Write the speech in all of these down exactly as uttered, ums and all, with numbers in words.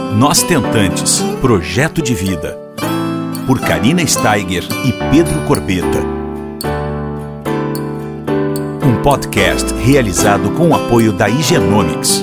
Nós Tentantes, Projeto de Vida, por Karina Steiger e Pedro Corbeta. Um podcast realizado com o apoio da Higienomics.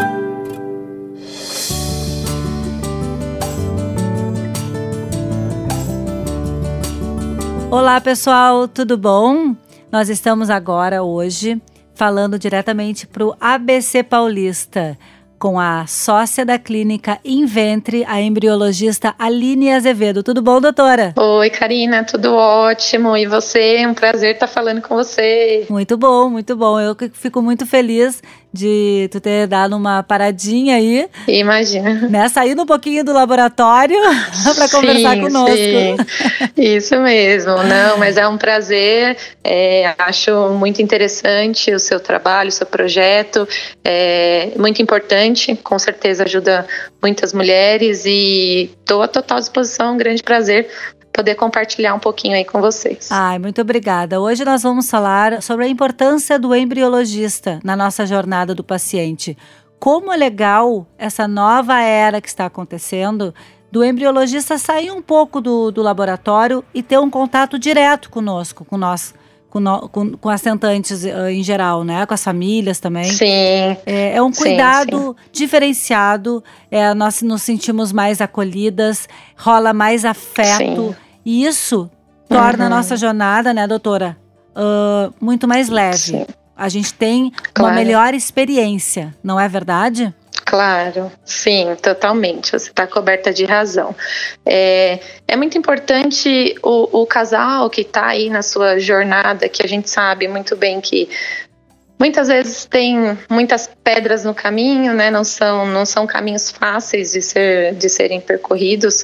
Olá pessoal, tudo bom? Nós estamos agora hoje falando diretamente para o A B C Paulista, com a sócia da clínica Inventre, a embriologista Aline Azevedo. Tudo bom, doutora? Oi, Karina, tudo ótimo. E você? É um prazer estar falando com você. Muito bom, muito bom. Eu fico muito feliz de tu ter dado uma paradinha aí. Imagina. Né? Saindo um pouquinho do laboratório para conversar conosco. Sim, isso mesmo. Não, mas é um prazer. É, acho muito interessante o seu trabalho, o seu projeto. É muito importante. Com certeza ajuda muitas mulheres e estou à total disposição, um grande prazer poder compartilhar um pouquinho aí com vocês. Ai, muito obrigada. Hoje nós vamos falar sobre a importância do embriologista na nossa jornada do paciente. Como é legal essa nova era que está acontecendo do embriologista sair um pouco do, do laboratório e ter um contato direto conosco, com nós. Com, no, com, com as tentantes uh, em geral, né? Com as famílias também. Sim. É, é um cuidado sim, sim. diferenciado, é, nós nos sentimos mais acolhidas, rola mais afeto. Sim. E isso torna uhum. a nossa jornada, né, doutora, uh, muito mais leve. Sim. A gente tem claro. uma melhor experiência, não é verdade? Claro, sim, totalmente, você está coberta de razão. É, é muito importante o, o casal que está aí na sua jornada, que a gente sabe muito bem que muitas vezes tem muitas pedras no caminho, né? Não são, não são caminhos fáceis de, ser, de serem percorridos.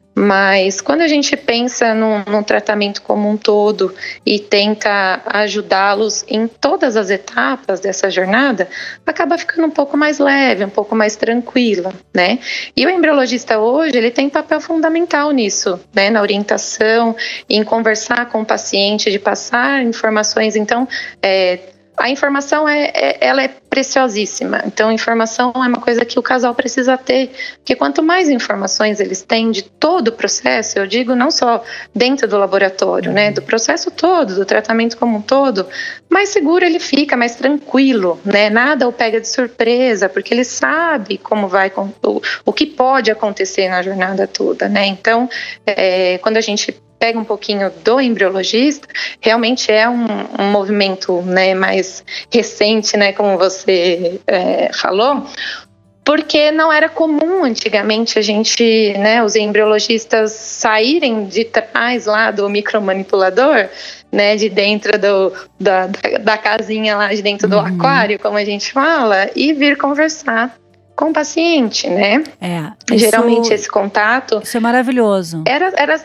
Mas quando a gente pensa num, num tratamento como um todo e tenta ajudá-los em todas as etapas dessa jornada, acaba ficando um pouco mais leve, um pouco mais tranquila, né? E o embriologista hoje, ele tem papel fundamental nisso, né? Na orientação, em conversar com o paciente, de passar informações. Então, é, a informação é, é, ela é preciosíssima, então informação é uma coisa que o casal precisa ter, porque quanto mais informações eles têm de todo o processo, eu digo não só dentro do laboratório, né, do processo todo, do tratamento como um todo, mais seguro ele fica, mais tranquilo, né, nada o pega de surpresa, porque ele sabe como vai, o, o que pode acontecer na jornada toda, né, então é, quando a gente pega um pouquinho do embriologista, realmente é um, um movimento, né, mais recente, né, como você é, falou, porque não era comum antigamente a gente, né, os embriologistas saírem de trás lá do micromanipulador, né, de dentro do, da, da casinha lá de dentro do uhum. aquário, como a gente fala, e vir conversar com o paciente, né? É, isso, geralmente esse contato... Isso é maravilhoso. Era... era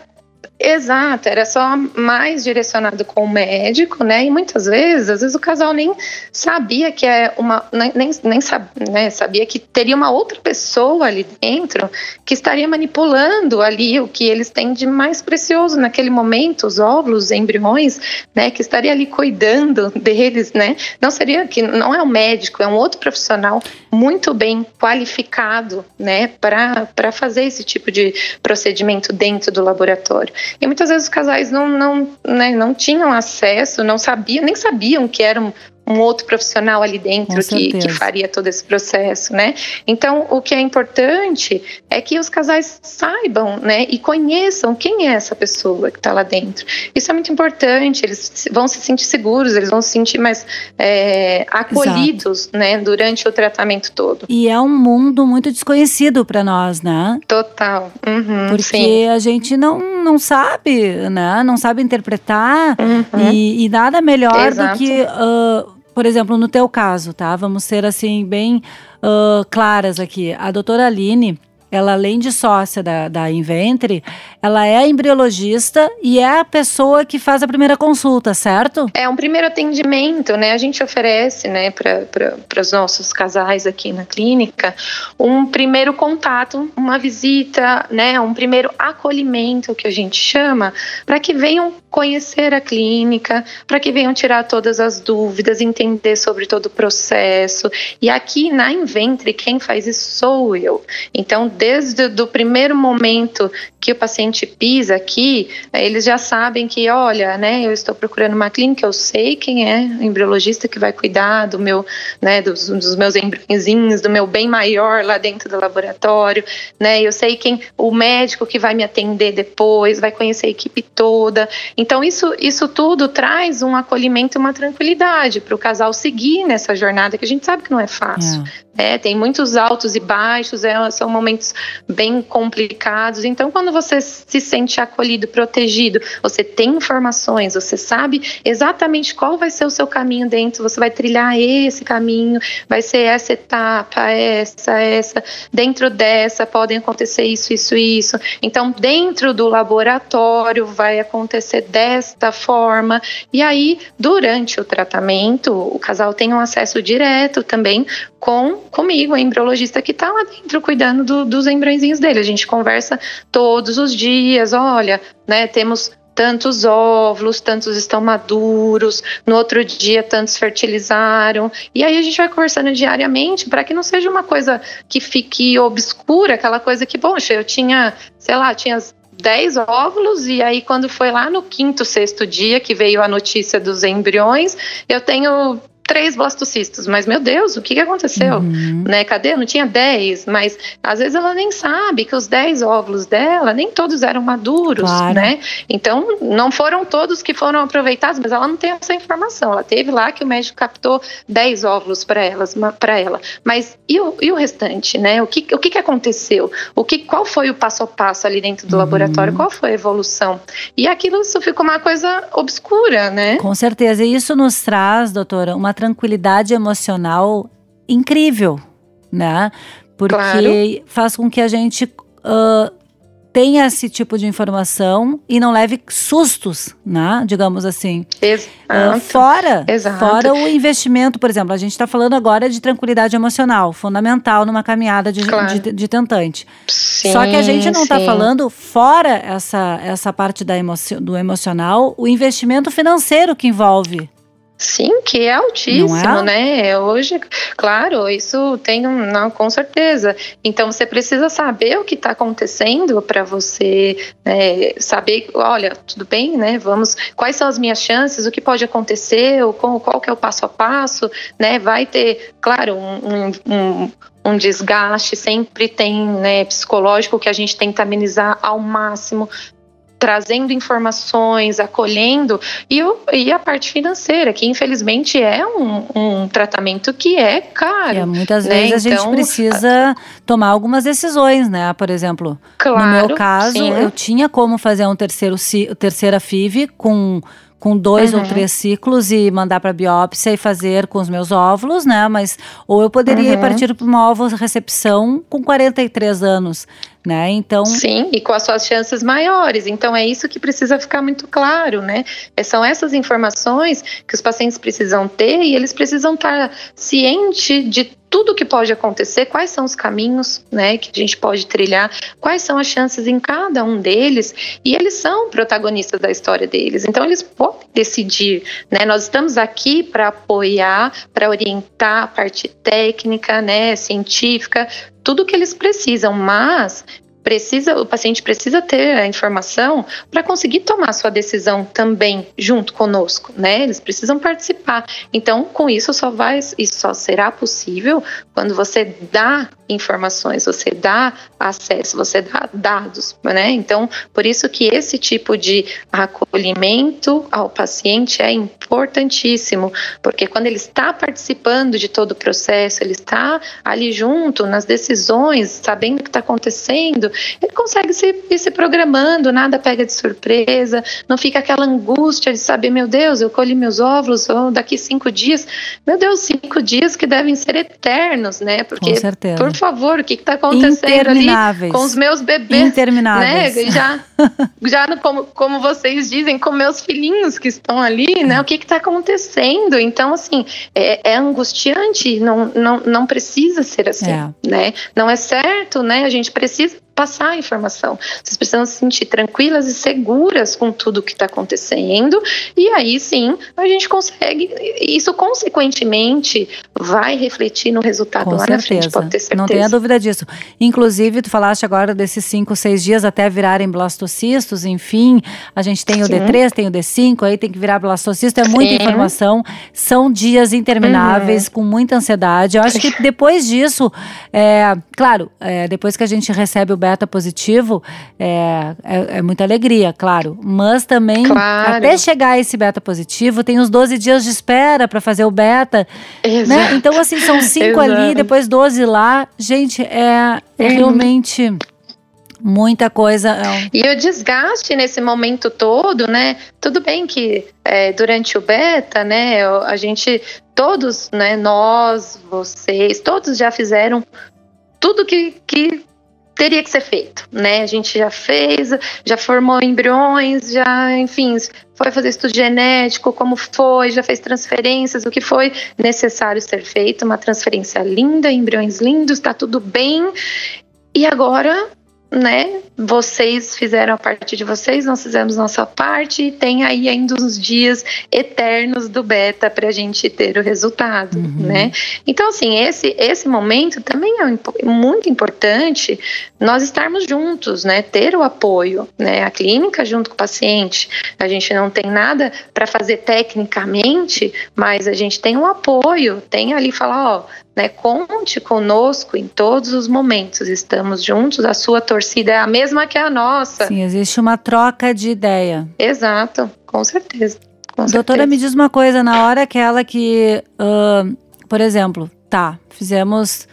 Exato, era só mais direcionado com o médico, né? E muitas vezes, às vezes o casal nem sabia que é uma, nem, nem, nem sab, né? sabia que teria uma outra pessoa ali dentro que estaria manipulando ali o que eles têm de mais precioso naquele momento, os óvulos, os embriões, né? Que estaria ali cuidando deles, né? Não seria que não é um médico, é um outro profissional muito bem qualificado, né? Para para fazer esse tipo de procedimento dentro do laboratório. E muitas vezes os casais não, não, né, não tinham acesso, não sabiam, nem sabiam que era um, um outro profissional ali dentro que, que faria todo esse processo, né? Então, o que é importante é que os casais saibam, né, e conheçam quem é essa pessoa que está lá dentro. Isso é muito importante, eles vão se sentir seguros, eles vão se sentir mais é, acolhidos, né, durante o tratamento todo. E é um mundo muito desconhecido para nós, né? Total. Uhum, porque sim. a gente não, não sabe, né? Não sabe interpretar uhum. e, e nada melhor Exato. do que... Uh, por exemplo, no teu caso, tá? Vamos ser assim, bem uh, claras aqui. A doutora Aline, ela além de sócia da, da Inventre, ela é embriologista e é a pessoa que faz a primeira consulta, certo? É um primeiro atendimento, né? A gente oferece, né, para os nossos casais aqui na clínica, um primeiro contato, uma visita, né, um primeiro acolhimento, que a gente chama, para que venham conhecer a clínica, para que venham tirar todas as dúvidas, entender sobre todo o processo. E aqui na Inventre, quem faz isso sou eu. Então, desde o primeiro momento que o paciente pisa aqui, eles já sabem que, olha, né, eu estou procurando uma clínica, eu sei quem é o embriologista que vai cuidar do meu, né, dos, dos meus embriõezinhos, do meu bem maior lá dentro do laboratório, né, eu sei quem, o médico que vai me atender depois, vai conhecer a equipe toda. Então isso, isso tudo traz um acolhimento e uma tranquilidade para o casal seguir nessa jornada, que a gente sabe que não é fácil. É. É, tem muitos altos e baixos, é, são momentos bem complicados. Então, quando você se sente acolhido, protegido, você tem informações, você sabe exatamente qual vai ser o seu caminho dentro, você vai trilhar esse caminho, vai ser essa etapa, essa, essa, dentro dessa podem acontecer isso, isso, isso. Então, dentro do laboratório vai acontecer desta forma. E aí, durante o tratamento, o casal tem um acesso direto também com comigo, a embriologista que está lá dentro cuidando do, dos embriõezinhos dele. A gente conversa todos os dias, olha, né, temos tantos óvulos, tantos estão maduros, no outro dia tantos fertilizaram, e aí a gente vai conversando diariamente para que não seja uma coisa que fique obscura, aquela coisa que, poxa, eu tinha, sei lá, tinha dez óvulos, e aí quando foi lá no quinto, sexto dia que veio a notícia dos embriões, eu tenho três blastocistos, mas meu Deus, o que, que aconteceu? Uhum. Né? Cadê? Não tinha dez, mas às vezes ela nem sabe que os dez óvulos dela, nem todos eram maduros, claro. Né? Então, não foram todos que foram aproveitados, mas ela não tem essa informação. Ela teve lá que o médico captou dez óvulos para elas, para ela. Mas e o, e o restante, né? O que, o que, que aconteceu? O que, qual foi o passo a passo ali dentro do uhum. laboratório? Qual foi a evolução? E aquilo isso ficou uma coisa obscura, né? Com certeza. E isso nos traz, doutora, uma tranquilidade emocional incrível, né? Porque claro. Faz com que a gente uh, tenha esse tipo de informação e não leve sustos, né? Digamos assim. Exato. Uh, fora, Exato. Fora o investimento, por exemplo, a gente está falando agora de tranquilidade emocional, fundamental numa caminhada de, claro. de, de tentante. Sim, Só que a gente não está falando, fora essa, essa parte da emo- do emocional, o investimento financeiro que envolve. Sim, que é altíssimo, é? né? Hoje, claro, isso tem um, não, com certeza. Então você precisa saber o que está acontecendo para você né, saber, olha, tudo bem, né? Vamos, quais são as minhas chances, o que pode acontecer, ou qual, qual que é o passo a passo, né? Vai ter, claro, um, um, um desgaste, sempre tem, né, psicológico que a gente tenta amenizar ao máximo, trazendo informações, acolhendo, e, o, e a parte financeira, que infelizmente é um, um tratamento que é caro. É, muitas né? vezes então, a gente precisa tomar algumas decisões, né? Por exemplo, claro, no meu caso, sim. eu tinha como fazer um terceiro, terceira F I V com... com dois uhum. ou três ciclos e mandar para biópsia e fazer com os meus óvulos, né? Mas, ou eu poderia uhum. partir para uma óvulo-recepção com quarenta e três anos, né? Então... Sim, e com as suas chances maiores. Então, é isso que precisa ficar muito claro, né? São essas informações que os pacientes precisam ter e eles precisam estar cientes de tudo que pode acontecer, quais são os caminhos, né, que a gente pode trilhar, quais são as chances em cada um deles, e eles são protagonistas da história deles, então eles podem decidir, né, nós estamos aqui para apoiar, para orientar a parte técnica, né, científica, tudo que eles precisam, mas precisa, o paciente precisa ter a informação para conseguir tomar sua decisão também junto conosco, né? Eles precisam participar. Então, com isso só vai, isso só será possível quando você dá informações, você dá acesso, você dá dados, né? Então, por isso que esse tipo de acolhimento ao paciente é importantíssimo, porque quando ele está participando de todo o processo, ele está ali junto nas decisões, sabendo o que está acontecendo, ele consegue se, ir se programando, nada pega de surpresa, não fica aquela angústia de saber, meu Deus, eu colhi meus óvulos ou daqui cinco dias, meu Deus, cinco dias que devem ser eternos, né? Porque, com certeza. Por favor, o que está acontecendo ali com os meus bebês? Intermináveis. Né? Já, já no, como, como vocês dizem, com meus filhinhos que estão ali, né? O que está acontecendo? Então, assim, é, é angustiante, não, não, não precisa ser assim, é. né? Não é certo, né? A gente precisa passar a informação. Vocês precisam se sentir tranquilas e seguras com tudo que está acontecendo, e aí sim a gente consegue, isso consequentemente vai refletir no resultado Com lá certeza. na frente, pode ter certeza. Não tenha dúvida disso. Inclusive, tu falaste agora desses cinco, seis dias até virarem blastocistos, enfim, a gente tem o Sim. D três, tem o D cinco, aí tem que virar blastocisto, é Sim. muita informação, são dias intermináveis, uhum. com muita ansiedade. Eu acho que depois disso, é, claro, é, depois que a gente recebe o beta positivo, é, é, é muita alegria, claro, mas também, claro. até chegar esse beta positivo, tem os doze dias de espera para fazer o beta, né? Então, assim, são cinco ali, depois doze lá. Gente, é, é uhum. realmente muita coisa. E o desgaste nesse momento todo, né? Tudo bem que é, durante o beta, né, a gente, todos, né, nós, vocês, todos já fizeram tudo que, que teria que ser feito, né? A gente já fez, já formou embriões, já, enfim, foi fazer estudo genético, como foi, já fez transferências, o que foi necessário ser feito, uma transferência linda, embriões lindos, tá tudo bem. E agora, né, vocês fizeram a parte de vocês, nós fizemos nossa parte, e tem aí ainda uns dias eternos do beta pra gente ter o resultado, uhum. né? Então, assim, esse, esse momento também é muito importante nós estarmos juntos, né, ter o apoio, né, a clínica junto com o paciente. A gente não tem nada para fazer tecnicamente, mas a gente tem um apoio, tem ali falar, ó, né, conte conosco em todos os momentos, estamos juntos, a sua torcida é a mesma que a nossa. Sim, existe uma troca de ideia. Exato, com certeza. Com Doutora, certeza. me diz uma coisa, na hora aquela que, uh, por exemplo, tá, fizemos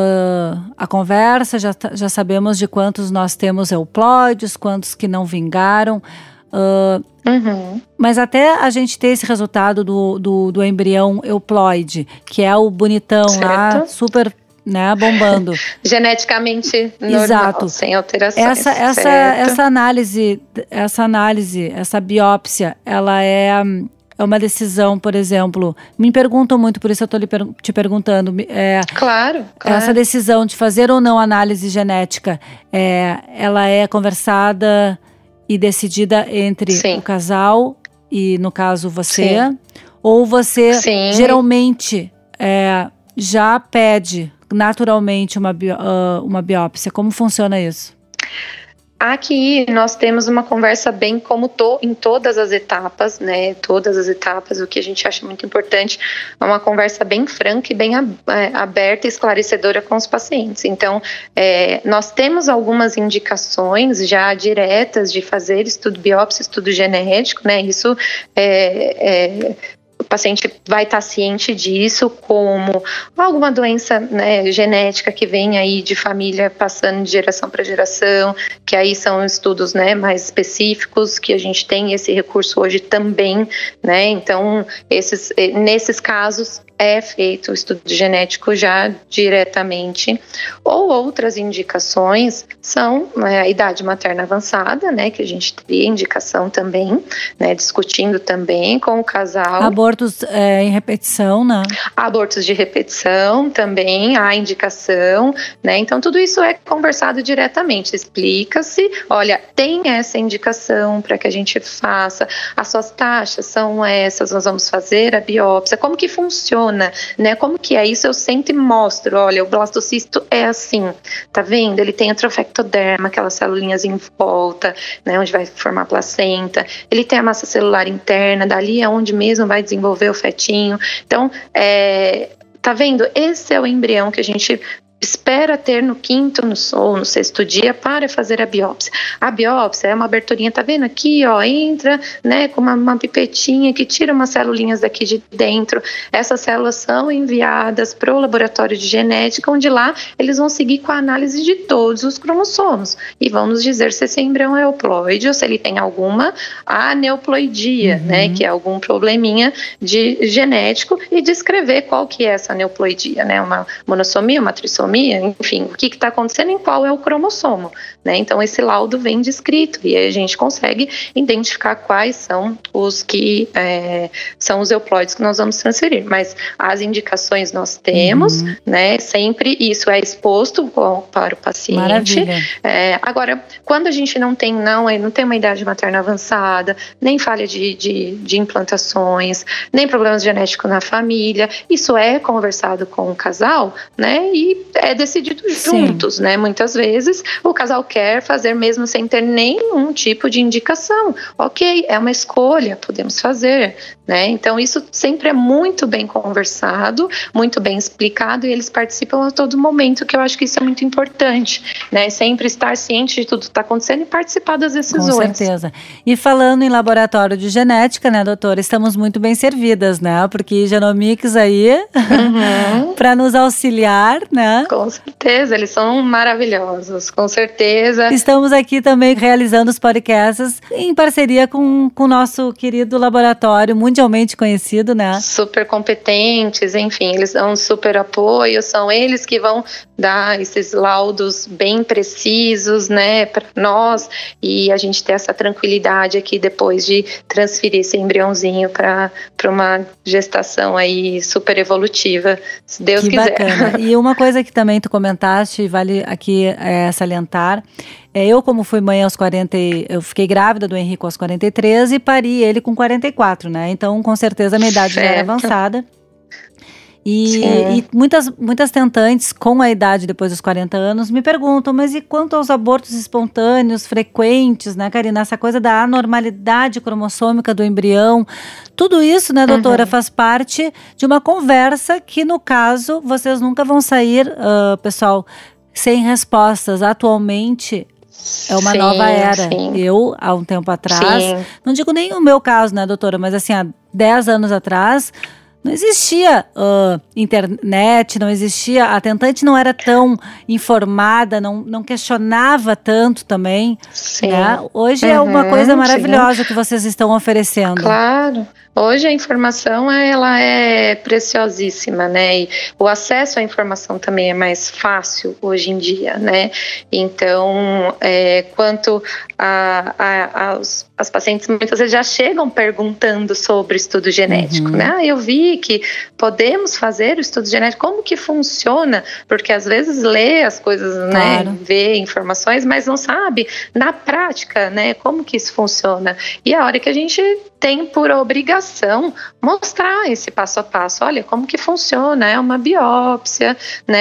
uh, a conversa, já, já sabemos de quantos nós temos euploides, quantos que não vingaram, Uh, uhum. mas até a gente ter esse resultado do, do, do embrião euploide, que é o bonitão certo. Lá, super, né, bombando. Geneticamente normal, exato. Sem alterações. Essa, essa, essa análise, essa análise, essa biópsia, ela é, é uma decisão, por exemplo, me perguntam muito, por isso eu estou per- te perguntando. É, claro, claro. Essa decisão de fazer ou não análise genética, é, ela é conversada e decidida entre Sim. o casal e, no caso, você? Sim. Ou você Sim. geralmente é, já pede naturalmente uma, bi- uh, uma biópsia? Como funciona isso? Aqui nós temos uma conversa bem como to, em todas as etapas, né? Todas as etapas, o que a gente acha muito importante é uma conversa bem franca e bem é, aberta e esclarecedora com os pacientes. Então, é, nós temos algumas indicações já diretas de fazer estudo biópsia, estudo genético, né? Isso é, é o paciente vai estar ciente disso, como alguma doença, né, genética que vem aí de família passando de geração para geração, que aí são estudos, né, mais específicos, que a gente tem esse recurso hoje também, né, então esses, nesses casos é feito o estudo genético já diretamente, ou outras indicações são né, a idade materna avançada, né, que a gente teria indicação também, né, discutindo também com o casal. Abortos é, em repetição, né? Abortos de repetição também, há indicação, né, então tudo isso é conversado diretamente, explica-se, olha, tem essa indicação para que a gente faça, as suas taxas são essas, nós vamos fazer a biópsia, como que funciona? Né? Como que é isso? Eu sempre mostro, olha, o blastocisto é assim, tá vendo? Ele tem a trofectoderma, aquelas celulinhas em volta, né, onde vai formar a placenta, ele tem a massa celular interna, dali é onde mesmo vai desenvolver o fetinho. Então, é, tá vendo? Esse é o embrião que a gente espera ter no quinto no, ou no sexto dia para fazer a biópsia. A biópsia é uma aberturinha, tá vendo aqui, ó, entra, né, com uma, uma pipetinha que tira umas celulinhas daqui de dentro. Essas células são enviadas para o laboratório de genética, onde lá eles vão seguir com a análise de todos os cromossomos e vão nos dizer se esse embrião é euploide ou se ele tem alguma aneuploidia, uhum. né, que é algum probleminha de genético, e descrever qual que é essa aneuploidia, né, uma monossomia, uma trissomia, trissomia, enfim, o que está acontecendo em qual é o cromossomo, né? Então esse laudo vem descrito e aí a gente consegue identificar quais são os que é, são os euploides que nós vamos transferir, mas as indicações nós temos, uhum. né? Sempre isso é exposto para o paciente. Maravilha. É, agora, quando a gente não tem, não, não tem uma idade materna avançada, nem falha de, de, de implantações, nem problemas genéticos na família, isso é conversado com o casal, né? E é decidido juntos, Sim. né? Muitas vezes o casal quer fazer mesmo sem ter nenhum tipo de indicação. Ok, é uma escolha, podemos fazer, né? Então isso sempre é muito bem conversado, muito bem explicado e eles participam a todo momento, que eu acho que isso é muito importante, né? Sempre estar ciente de tudo que está acontecendo e participar das decisões. Com certeza. E falando em laboratório de genética, né, doutora, estamos muito bem servidas, né? Porque Genomics aí, uhum. para nos auxiliar, né? Com certeza, eles são maravilhosos, com certeza. Estamos aqui também realizando os podcasts em parceria com o nosso querido laboratório, mundialmente conhecido, né? Super competentes, enfim, eles dão um super apoio, são eles que vão dar esses laudos bem precisos, né, para nós, e a gente ter essa tranquilidade aqui depois de transferir esse embriãozinho para para uma gestação aí super evolutiva, se Deus que quiser. Bacana. E uma coisa que também tu comentaste, vale aqui é, salientar, é, eu como fui mãe aos quarenta, eu fiquei grávida do Henrico aos quarenta e três e pari ele com quarenta e quatro, né? Então, com certeza a minha idade certo. já era avançada. E, e muitas, muitas tentantes com a idade depois dos quarenta anos me perguntam, mas e quanto aos abortos espontâneos frequentes, né, Karina? Essa coisa da anormalidade cromossômica do embrião, tudo isso, né, doutora, uhum. faz parte de uma conversa que, no caso, vocês nunca vão sair, uh, pessoal, sem respostas. Atualmente é uma sim, nova era. Sim. Eu, há um tempo atrás, sim. não digo nem o meu caso, né, doutora, mas assim, há dez anos atrás, não existia uh, internet, não existia, a tentante não era tão informada, não, não questionava tanto também. Sim. Né? Hoje uhum, é uma coisa maravilhosa sim. que vocês estão oferecendo. Claro. Hoje a informação ela é preciosíssima, né? E o acesso à informação também é mais fácil hoje em dia, né? Então, é, quanto a, a, aos, as pacientes muitas vezes já chegam perguntando sobre o estudo genético, uhum. né? Ah, eu vi que podemos fazer o estudo genético, como que funciona? Porque às vezes lê as coisas, claro. né? Vê informações, mas não sabe na prática, né? Como que isso funciona? E a hora que a gente tem por obrigação mostrar esse passo a passo, olha como que funciona, é uma biópsia,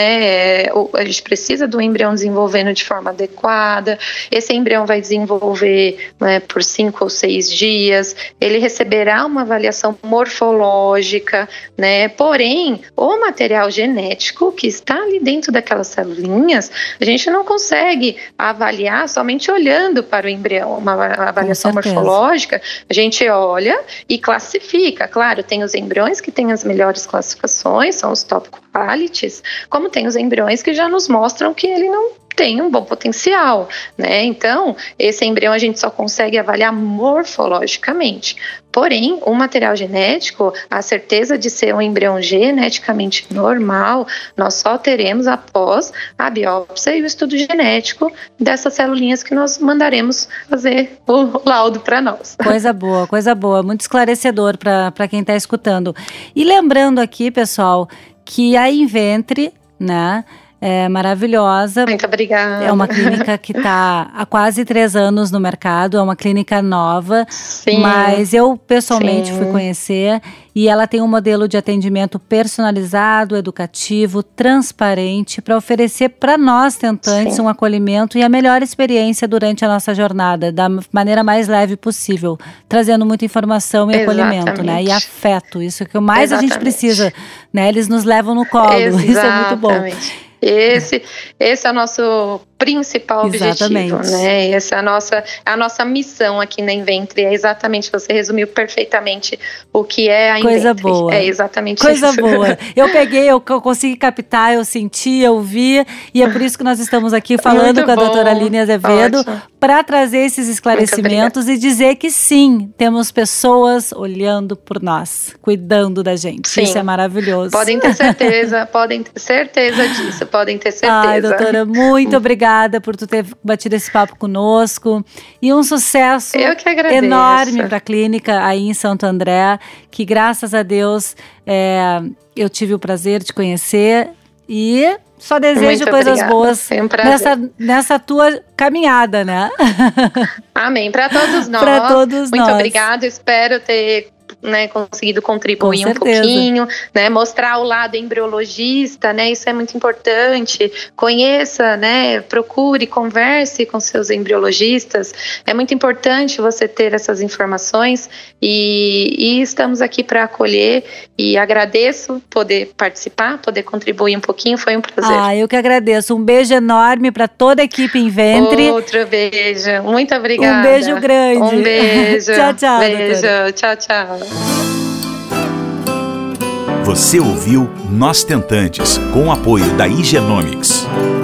né, a gente precisa do embrião desenvolvendo de forma adequada, esse embrião vai desenvolver, né, por cinco ou seis dias, ele receberá uma avaliação morfológica, né, porém, o material genético que está ali dentro daquelas celulinhas, a gente não consegue avaliar somente olhando para o embrião, uma avaliação morfológica, a gente olha olha e classifica. Claro, tem os embriões que têm as melhores classificações, são os top qualities, como tem os embriões que já nos mostram que ele não tem um bom potencial, né? Então, esse embrião a gente só consegue avaliar morfologicamente. Porém, o material genético, a certeza de ser um embrião geneticamente normal, nós só teremos após a biópsia e o estudo genético dessas celulinhas que nós mandaremos fazer o laudo para nós. Coisa boa, coisa boa. Muito esclarecedor para quem está escutando. E lembrando aqui, pessoal, que a Inventre, né, é maravilhosa. Muito obrigada. É uma clínica que está há quase três anos no mercado, é uma clínica nova, sim, mas eu pessoalmente sim. fui conhecer e ela tem um modelo de atendimento personalizado, educativo, transparente, para oferecer para nós tentantes sim. um acolhimento e a melhor experiência durante a nossa jornada, da maneira mais leve possível, trazendo muita informação e exatamente. Acolhimento, né? E afeto, isso que mais exatamente. A gente precisa, né? Eles nos levam no colo, exatamente. Isso é muito bom. Esse, esse é o nosso principal Exatamente. objetivo, né? Essa é a nossa, a nossa missão aqui na Inventre, é exatamente, você resumiu perfeitamente o que é a Coisa Inventre. boa. É exatamente Coisa isso. Coisa boa. Eu peguei, eu consegui captar, eu senti, eu vi, e é por isso que nós estamos aqui falando Muito com a bom. doutora Aline Azevedo, para trazer esses esclarecimentos e dizer que sim, temos pessoas olhando por nós, cuidando da gente. Sim. Isso é maravilhoso. Podem ter certeza, podem ter certeza disso, podem ter certeza. Ai, doutora, muito obrigada por tu ter batido esse papo conosco e um sucesso Eu que agradeço. enorme para a clínica aí em Santo André, que graças a Deus é, eu tive o prazer de conhecer e só desejo Muito coisas obrigada. boas Foi um prazer. nessa, nessa tua caminhada, né? Amém, para todos nós. Para todos Muito nós. obrigada, espero ter né, conseguido contribuir Com um certeza. pouquinho, né, mostrar o lado embriologista, né, isso é muito importante. Conheça, né, procure, converse com seus embriologistas. É muito importante você ter essas informações e, e estamos aqui para acolher e agradeço poder participar, poder contribuir um pouquinho, foi um prazer. Ah, eu que agradeço. Um beijo enorme para toda a equipe Inventre. Outro beijo, muito obrigada. Um beijo grande. Um beijo. Tchau, tchau, Beijo, doutora. tchau, tchau. Você ouviu Nós Tentantes, com o apoio da Igenomics.